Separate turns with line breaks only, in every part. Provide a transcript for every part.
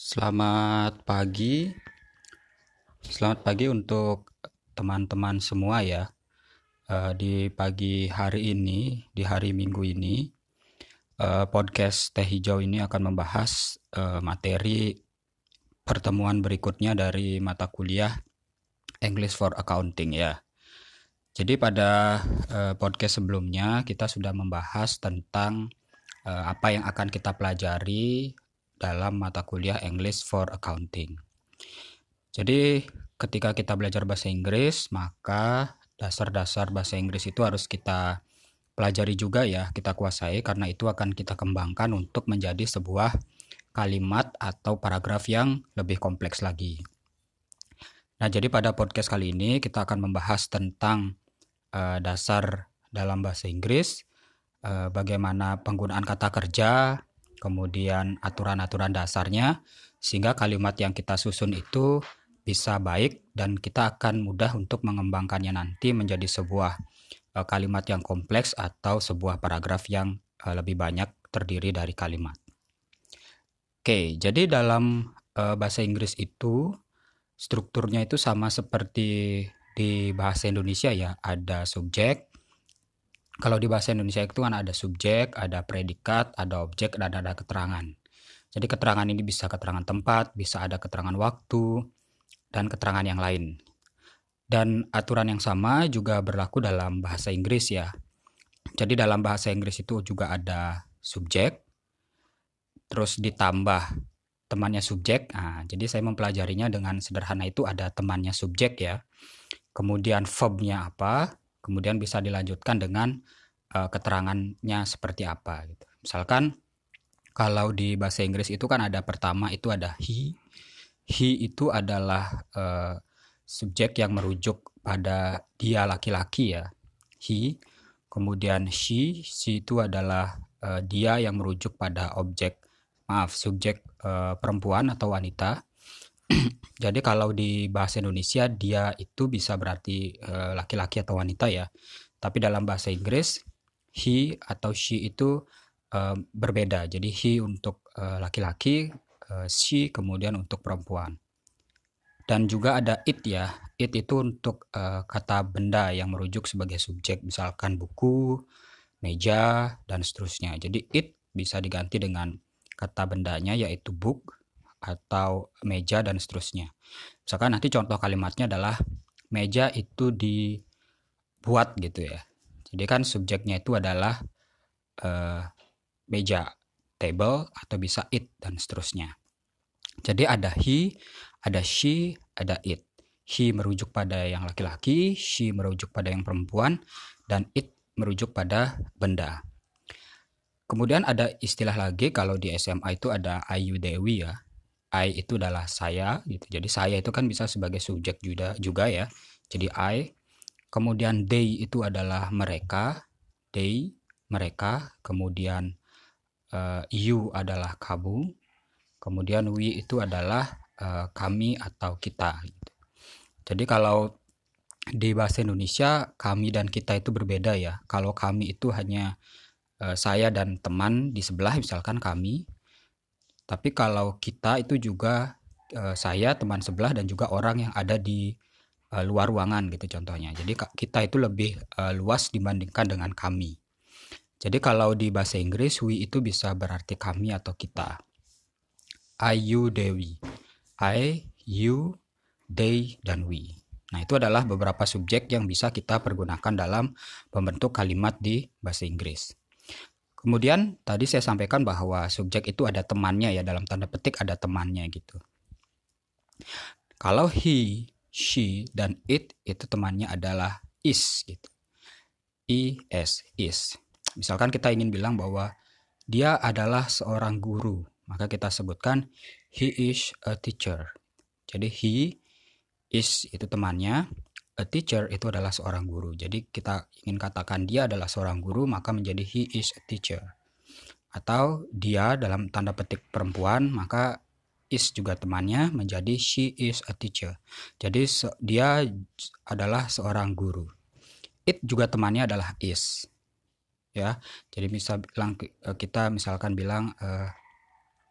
Selamat pagi. Selamat pagi untuk teman-teman semua ya. Di pagi hari ini, di hari Minggu ini, podcast Teh Hijau ini akan membahas materi pertemuan berikutnya dari mata kuliah English for Accounting ya. Jadi pada podcast sebelumnya kita sudah membahas tentang apa yang akan kita pelajari dalam mata kuliah English for Accounting. Jadi ketika kita belajar bahasa Inggris, maka dasar-dasar bahasa Inggris itu harus kita pelajari juga ya, kita kuasai karena itu akan kita kembangkan untuk menjadi sebuah kalimat atau paragraf yang lebih kompleks lagi. Nah, jadi pada podcast kali ini kita akan membahas tentang dasar dalam bahasa Inggris, bagaimana penggunaan kata kerja, kemudian aturan-aturan dasarnya, sehingga kalimat yang kita susun itu bisa baik dan kita akan mudah untuk mengembangkannya nanti menjadi sebuah kalimat yang kompleks atau sebuah paragraf yang lebih banyak terdiri dari kalimat. Oke, jadi dalam bahasa Inggris itu strukturnya itu sama seperti di bahasa Indonesia ya, ada subjek. Kalau di bahasa Indonesia itu kan ada subjek, ada predikat, ada objek, dan ada keterangan. Jadi keterangan ini bisa keterangan tempat, bisa ada keterangan waktu, dan keterangan yang lain. Dan aturan yang sama juga berlaku dalam bahasa Inggris ya. Jadi dalam bahasa Inggris itu juga ada subjek, terus ditambah temannya subjek. Nah, jadi saya mempelajarinya dengan sederhana itu ada temannya subjek ya. Kemudian verbnya apa, kemudian bisa dilanjutkan dengan keterangannya seperti apa gitu. Misalkan kalau di bahasa Inggris itu kan ada pertama itu ada he. He itu adalah subjek yang merujuk pada dia laki-laki ya. He. Kemudian she itu adalah dia yang merujuk pada subjek perempuan atau wanita. Jadi kalau di bahasa Indonesia dia itu bisa berarti laki-laki atau wanita ya. Tapi dalam bahasa Inggris he atau she itu berbeda. Jadi he untuk laki-laki, she kemudian untuk perempuan. Dan juga ada it ya. It itu untuk kata benda yang merujuk sebagai subjek, misalkan buku, meja, dan seterusnya. Jadi it bisa diganti dengan kata bendanya yaitu book atau meja dan seterusnya. Misalkan nanti contoh kalimatnya adalah meja itu dibuat gitu ya. Jadi kan subjeknya itu adalah meja, table, atau bisa it, dan seterusnya. Jadi ada he, ada she, ada it. He merujuk pada yang laki-laki, she merujuk pada yang perempuan, dan it merujuk pada benda. Kemudian ada istilah lagi kalau di SMA itu ada Ayu Dewi ya. I itu adalah saya gitu. Jadi saya itu kan bisa sebagai subjek juga ya. Jadi I. Kemudian they itu adalah mereka. They, mereka. Kemudian you adalah kamu. Kemudian we itu adalah kami atau kita. Jadi kalau di bahasa Indonesia kami dan kita itu berbeda ya. Kalau kami itu hanya saya dan teman di sebelah misalkan kami. Tapi kalau kita itu juga saya, teman sebelah, dan juga orang yang ada di luar ruangan gitu contohnya. Jadi kita itu lebih luas dibandingkan dengan kami. Jadi kalau di bahasa Inggris we itu bisa berarti kami atau kita. I, you, Dewi. I, you, they, dan we. Nah, itu adalah beberapa subjek yang bisa kita pergunakan dalam membentuk kalimat di bahasa Inggris. Kemudian tadi saya sampaikan bahwa subjek itu ada temannya ya, dalam tanda petik ada temannya gitu. Kalau he, she, dan it itu temannya adalah is gitu. Is. Misalkan kita ingin bilang bahwa dia adalah seorang guru, maka kita sebutkan he is a teacher. Jadi he is itu temannya, a teacher itu adalah seorang guru. Jadi kita ingin katakan dia adalah seorang guru, maka menjadi he is a teacher. Atau dia dalam tanda petik perempuan, maka is juga temannya menjadi she is a teacher. Jadi dia adalah seorang guru. It juga temannya adalah is. Ya. Jadi kita misalkan bilang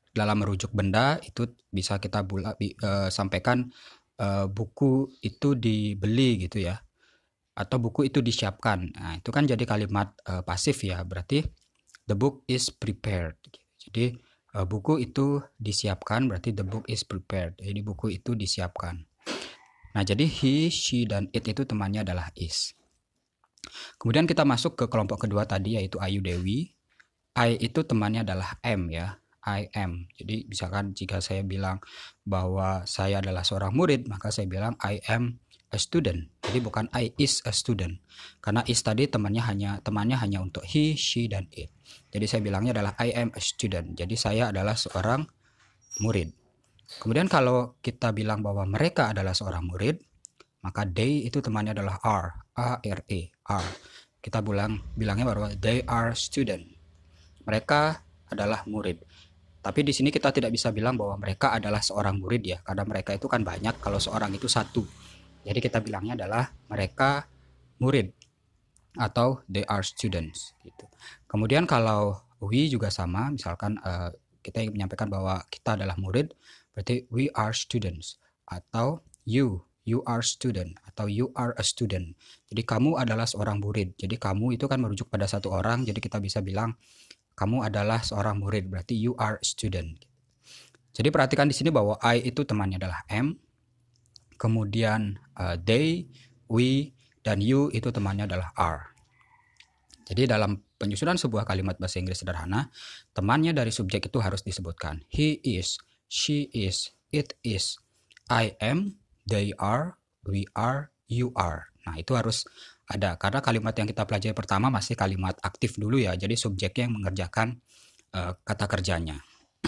dalam merujuk benda itu bisa kita sampaikan buku itu dibeli gitu ya, atau buku itu disiapkan. Nah, itu kan jadi kalimat pasif ya, berarti the book is prepared. Jadi buku itu disiapkan, berarti the book is prepared. Jadi buku itu disiapkan. Nah, jadi he, she, dan it itu temannya adalah is. Kemudian kita masuk ke kelompok kedua tadi, yaitu Ayu Dewi. I itu temannya adalah am ya. I am. Jadi misalkan jika saya bilang bahwa saya adalah seorang murid, maka saya bilang I am a student. Jadi bukan I is a student. Karena is tadi temannya hanya untuk he, she, dan it. Jadi saya bilangnya adalah I am a student. Jadi saya adalah seorang murid. Kemudian kalau kita bilang bahwa mereka adalah seorang murid, maka they itu temannya adalah are, A-R-E, are. Kita bilangnya bahwa they are student. Mereka adalah murid. Tapi di sini kita tidak bisa bilang bahwa mereka adalah seorang murid ya, karena mereka itu kan banyak, kalau seorang itu satu. Jadi kita bilangnya adalah mereka murid atau they are students gitu. Kemudian kalau we juga sama, misalkan kita ingin menyampaikan bahwa kita adalah murid, berarti we are students, atau you are student, atau you are a student. Jadi kamu adalah seorang murid. Jadi kamu itu kan merujuk pada satu orang, jadi kita bisa bilang kamu adalah seorang murid, berarti you are a student. Jadi perhatikan di sini bahwa I itu temannya adalah am, kemudian they, we, dan you itu temannya adalah are. Jadi dalam penyusunan sebuah kalimat bahasa Inggris sederhana, temannya dari subjek itu harus disebutkan. He is, she is, it is, I am, they are, we are, you are. Nah, itu harus ada, karena kalimat yang kita pelajari pertama masih kalimat aktif dulu ya, jadi subjeknya yang mengerjakan kata kerjanya.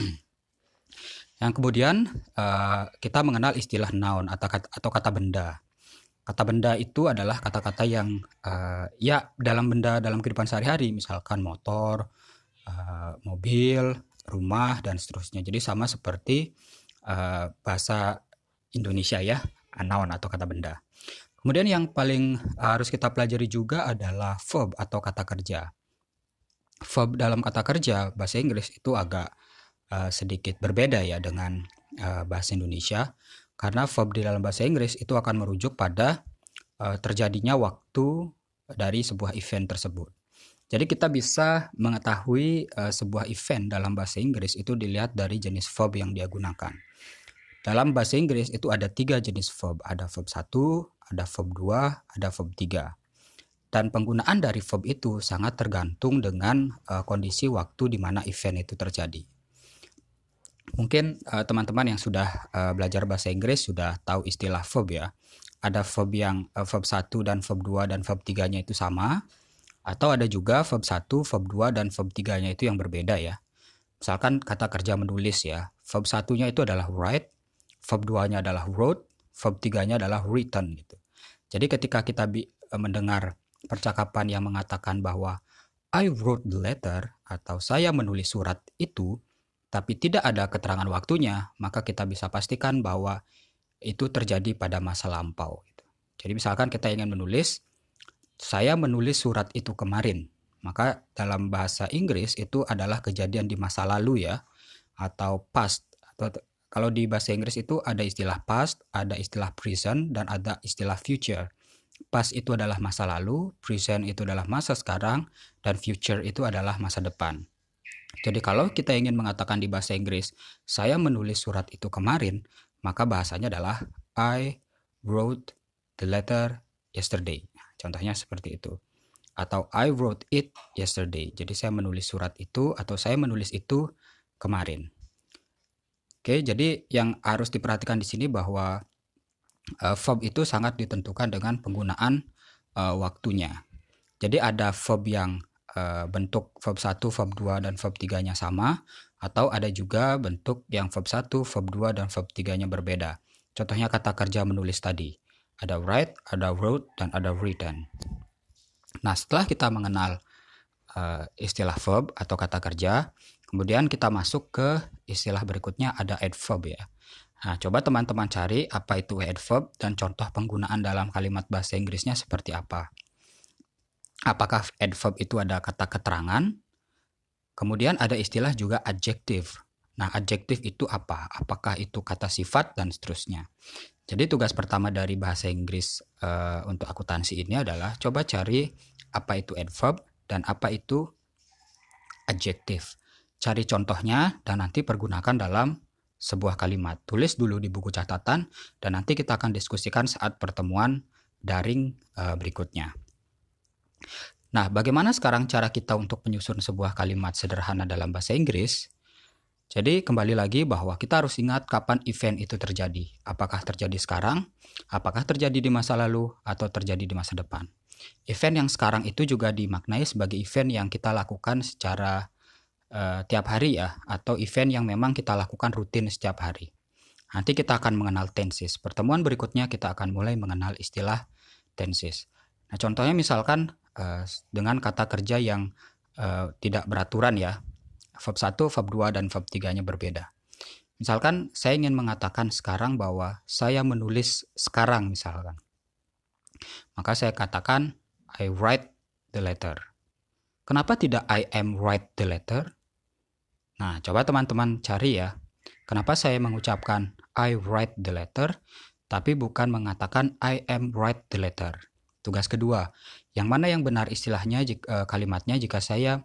Yang kemudian kita mengenal istilah noun atau kata benda. Kata benda itu adalah kata-kata yang ya dalam kehidupan sehari-hari, misalkan motor, mobil, rumah, dan seterusnya. Jadi sama seperti bahasa Indonesia ya, noun atau kata benda. Kemudian yang paling harus kita pelajari juga adalah verb atau kata kerja. Verb dalam kata kerja bahasa Inggris itu agak sedikit berbeda ya dengan bahasa Indonesia, karena verb di dalam bahasa Inggris itu akan merujuk pada terjadinya waktu dari sebuah event tersebut. Jadi kita bisa mengetahui sebuah event dalam bahasa Inggris itu dilihat dari jenis verb yang dia gunakan. Dalam bahasa Inggris itu ada 3 jenis verb. Ada verb 1, ada verb 2, ada verb 3. Dan penggunaan dari verb itu sangat tergantung dengan kondisi waktu di mana event itu terjadi. Mungkin teman-teman yang sudah belajar bahasa Inggris sudah tahu istilah verb ya. Ada verb yang verb 1 dan verb 2 dan verb 3-nya itu sama. Atau ada juga verb 1, verb 2, dan verb 3-nya itu yang berbeda ya. Misalkan kata kerja menulis ya. Verb 1-nya itu adalah write, verb 2-nya adalah wrote, verb 3-nya adalah written gitu. Jadi ketika kita mendengar percakapan yang mengatakan bahwa I wrote the letter atau saya menulis surat itu, tapi tidak ada keterangan waktunya, maka kita bisa pastikan bahwa itu terjadi pada masa lampau gitu. Jadi misalkan kita ingin menulis saya menulis surat itu kemarin, maka dalam bahasa Inggris itu adalah kejadian di masa lalu ya, atau past. Atau kalau di bahasa Inggris itu ada istilah past, ada istilah present, dan ada istilah future. Past itu adalah masa lalu, present itu adalah masa sekarang, dan future itu adalah masa depan. Jadi kalau kita ingin mengatakan di bahasa Inggris, saya menulis surat itu kemarin, maka bahasanya adalah I wrote the letter yesterday. Contohnya seperti itu. Atau I wrote it yesterday. Jadi saya menulis surat itu atau saya menulis itu kemarin. Oke, jadi yang harus diperhatikan di sini bahwa verb itu sangat ditentukan dengan penggunaan waktunya. Jadi ada verb yang bentuk verb 1, verb 2, dan verb 3-nya sama, atau ada juga bentuk yang verb 1, verb 2, dan verb 3-nya berbeda. Contohnya kata kerja menulis tadi. Ada write, ada wrote, dan ada written. Nah, setelah kita mengenal istilah verb atau kata kerja, kemudian kita masuk ke istilah berikutnya, ada adverb ya. Nah, coba teman-teman cari apa itu adverb dan contoh penggunaan dalam kalimat bahasa Inggrisnya seperti apa. Apakah adverb itu ada kata keterangan? Kemudian ada istilah juga adjective. Nah, adjektif itu apa? Apakah itu kata sifat dan seterusnya. Jadi tugas pertama dari bahasa Inggris untuk akuntansi ini adalah coba cari apa itu adverb dan apa itu adjektif. Cari contohnya dan nanti pergunakan dalam sebuah kalimat. Tulis dulu di buku catatan dan nanti kita akan diskusikan saat pertemuan daring berikutnya. Nah, bagaimana sekarang cara kita untuk menyusun sebuah kalimat sederhana dalam bahasa Inggris? Jadi kembali lagi bahwa kita harus ingat kapan event itu terjadi. Apakah terjadi sekarang, apakah terjadi di masa lalu, atau terjadi di masa depan. Event yang sekarang itu juga dimaknai sebagai event yang kita lakukan secara tiap hari ya, atau event yang memang kita lakukan rutin setiap hari. Nanti kita akan mengenal tenses. Pertemuan berikutnya kita akan mulai mengenal istilah tenses. Nah, contohnya misalkan dengan kata kerja yang tidak beraturan ya, verb 1, verb 2, dan verb 3-nya berbeda. Misalkan saya ingin mengatakan sekarang bahwa saya menulis sekarang misalkan. Maka saya katakan I write the letter. Kenapa tidak I am write the letter? Nah, coba teman-teman cari ya. Kenapa saya mengucapkan I write the letter, tapi bukan mengatakan I am write the letter. Tugas kedua, yang mana yang benar istilahnya kalimatnya jika saya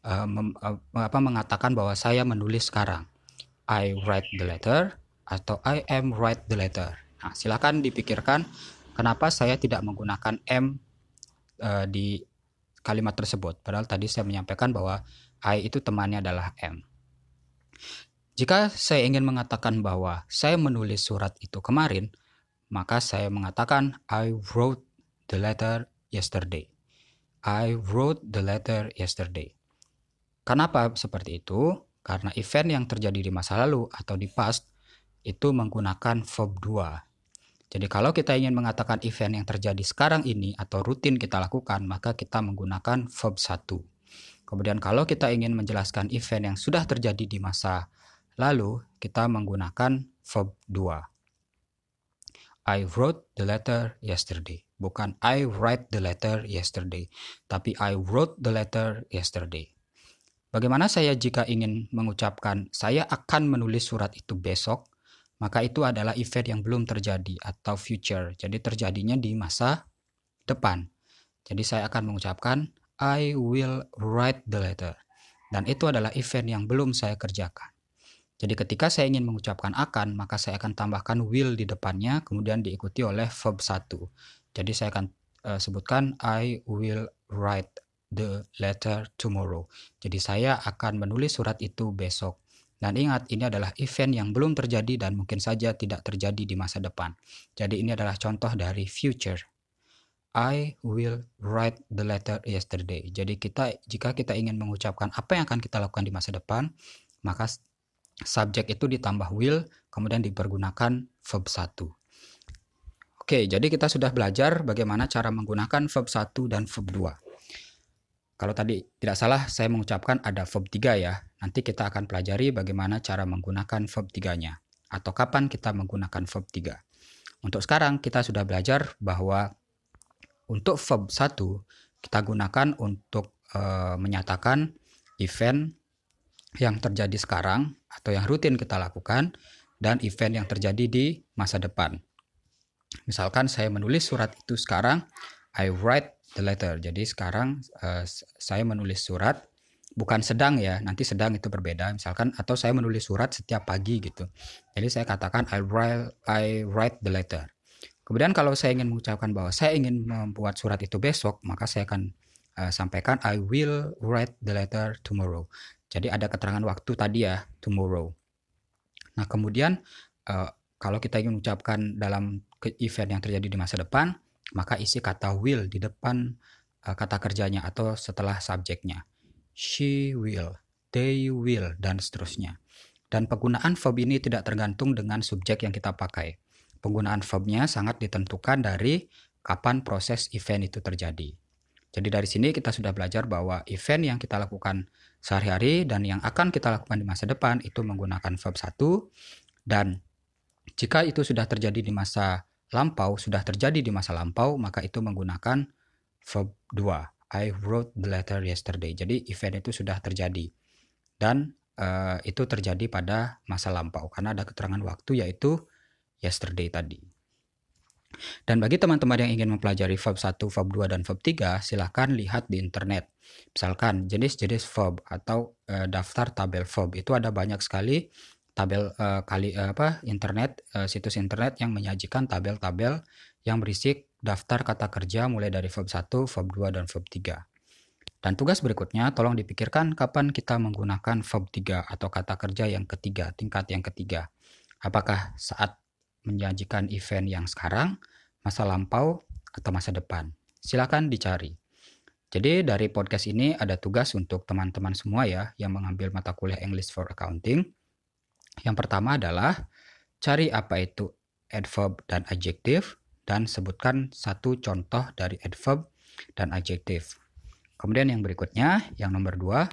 mengatakan bahwa saya menulis sekarang. I write the letter atau I am write the letter. Nah, silakan dipikirkan kenapa saya tidak menggunakan am di kalimat tersebut. Padahal tadi saya menyampaikan bahwa I itu temannya adalah am. Jika saya ingin mengatakan bahwa saya menulis surat itu kemarin, maka saya mengatakan I wrote the letter yesterday. I wrote the letter yesterday. Kenapa seperti itu? Karena event yang terjadi di masa lalu atau di past itu menggunakan verb 2. Jadi kalau kita ingin mengatakan event yang terjadi sekarang ini atau rutin kita lakukan, maka kita menggunakan verb 1. Kemudian kalau kita ingin menjelaskan event yang sudah terjadi di masa lalu, kita menggunakan verb 2. I wrote the letter yesterday. Bukan I write the letter yesterday, tapi I wrote the letter yesterday. Bagaimana saya jika ingin mengucapkan saya akan menulis surat itu besok, maka itu adalah event yang belum terjadi atau future. Jadi terjadinya di masa depan. Jadi saya akan mengucapkan I will write the letter. Dan itu adalah event yang belum saya kerjakan. Jadi ketika saya ingin mengucapkan akan, maka saya akan tambahkan will di depannya, kemudian diikuti oleh verb 1. Jadi saya akan sebutkan I will write the letter tomorrow. Jadi saya akan menulis surat itu besok. Dan ingat, ini adalah event yang belum terjadi dan mungkin saja tidak terjadi di masa depan. Jadi ini adalah contoh dari future. I will write the letter yesterday. Jadi jika kita ingin mengucapkan apa yang akan kita lakukan di masa depan, maka subjek itu ditambah will, kemudian dipergunakan verb 1. Oke, jadi kita sudah belajar bagaimana cara menggunakan verb 1 dan verb 2. Kalau tadi tidak salah saya mengucapkan ada verb 3 ya. Nanti kita akan pelajari bagaimana cara menggunakan verb 3-nya. Atau kapan kita menggunakan verb 3. Untuk sekarang kita sudah belajar bahwa untuk verb 1 kita gunakan untuk menyatakan event yang terjadi sekarang atau yang rutin kita lakukan dan event yang terjadi di masa depan. Misalkan saya menulis surat itu sekarang, I write the letter. Jadi sekarang saya menulis surat, bukan sedang ya, nanti sedang itu berbeda. Misalkan atau saya menulis surat setiap pagi gitu. Jadi saya katakan I write the letter. Kemudian kalau saya ingin mengucapkan bahwa saya ingin membuat surat itu besok, maka saya akan sampaikan I will write the letter tomorrow. Jadi ada keterangan waktu tadi ya, tomorrow. Nah kemudian kalau kita ingin mengucapkan dalam event yang terjadi di masa depan, maka isi kata will di depan kata kerjanya atau setelah subjeknya. She will, they will, dan seterusnya. Dan penggunaan verb ini tidak tergantung dengan subjek yang kita pakai. Penggunaan verbnya sangat ditentukan dari kapan proses event itu terjadi. Jadi dari sini kita sudah belajar bahwa event yang kita lakukan sehari-hari dan yang akan kita lakukan di masa depan itu menggunakan verb 1. Dan jika itu sudah terjadi di masa lampau, maka itu menggunakan verb 2. I wrote the letter yesterday. Jadi event itu sudah terjadi. Dan itu terjadi pada masa lampau karena ada keterangan waktu yaitu yesterday tadi. Dan bagi teman-teman yang ingin mempelajari verb 1, verb 2, dan verb 3, silahkan lihat di internet. Misalkan jenis-jenis verb atau daftar tabel verb itu ada banyak sekali tabel internet, situs internet yang menyajikan tabel-tabel yang berisi daftar kata kerja mulai dari verb 1, verb 2, dan verb 3. Dan tugas berikutnya, tolong dipikirkan kapan kita menggunakan verb 3 atau kata kerja yang ketiga, tingkat yang ketiga. Apakah saat menyajikan event yang sekarang, masa lampau, atau masa depan? Silakan dicari. Jadi dari podcast ini ada tugas untuk teman-teman semua ya yang mengambil mata kuliah English for Accounting. Yang pertama adalah cari apa itu adverb dan adjective dan sebutkan satu contoh dari adverb dan adjective. Kemudian yang berikutnya, yang nomor 2,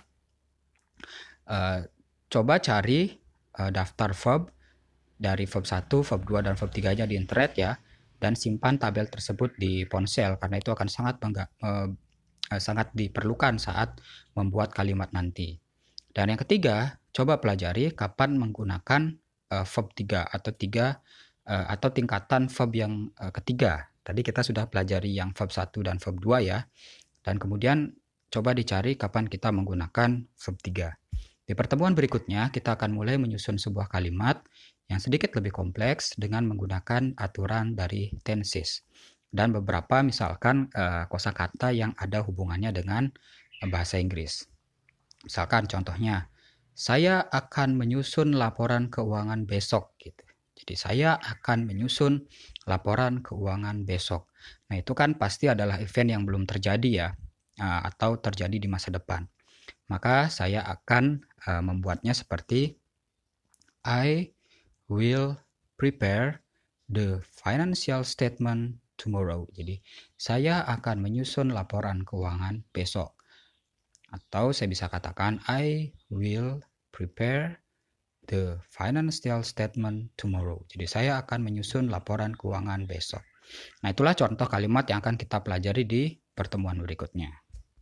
coba cari daftar verb dari verb 1, verb 2, dan verb 3-nya di internet ya, dan simpan tabel tersebut di ponsel karena itu akan sangat diperlukan saat membuat kalimat nanti. Dan yang ketiga, coba pelajari kapan menggunakan verb 3 atau tingkatan verb yang ketiga. Tadi kita sudah pelajari yang verb 1 dan verb 2 ya. Dan kemudian coba dicari kapan kita menggunakan verb 3. Di pertemuan berikutnya, kita akan mulai menyusun sebuah kalimat yang sedikit lebih kompleks dengan menggunakan aturan dari tenses. Dan beberapa misalkan kosakata yang ada hubungannya dengan bahasa Inggris. Misalkan contohnya, saya akan menyusun laporan keuangan besok. Gitu. Jadi saya akan menyusun laporan keuangan besok. Nah itu kan pasti adalah event yang belum terjadi ya, atau terjadi di masa depan. Maka saya akan membuatnya seperti I will prepare the financial statement tomorrow. Jadi saya akan menyusun laporan keuangan besok. Atau saya bisa katakan I will prepare the financial statement tomorrow. Jadi saya akan menyusun laporan keuangan besok. Nah itulah contoh kalimat yang akan kita pelajari di pertemuan berikutnya.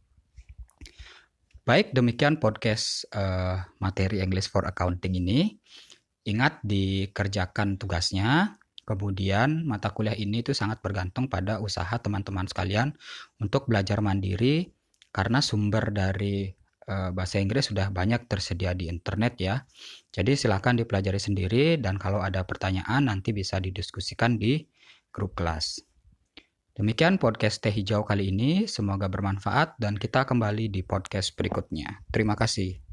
Baik, demikian podcast materi English for Accounting ini. Ingat dikerjakan tugasnya. Kemudian mata kuliah ini itu sangat bergantung pada usaha teman-teman sekalian untuk belajar mandiri karena sumber dari bahasa Inggris sudah banyak tersedia di internet ya. Jadi silakan dipelajari sendiri dan kalau ada pertanyaan nanti bisa didiskusikan di grup kelas. Demikian podcast Teh Hijau kali ini, semoga bermanfaat dan kita kembali di podcast berikutnya. Terima kasih.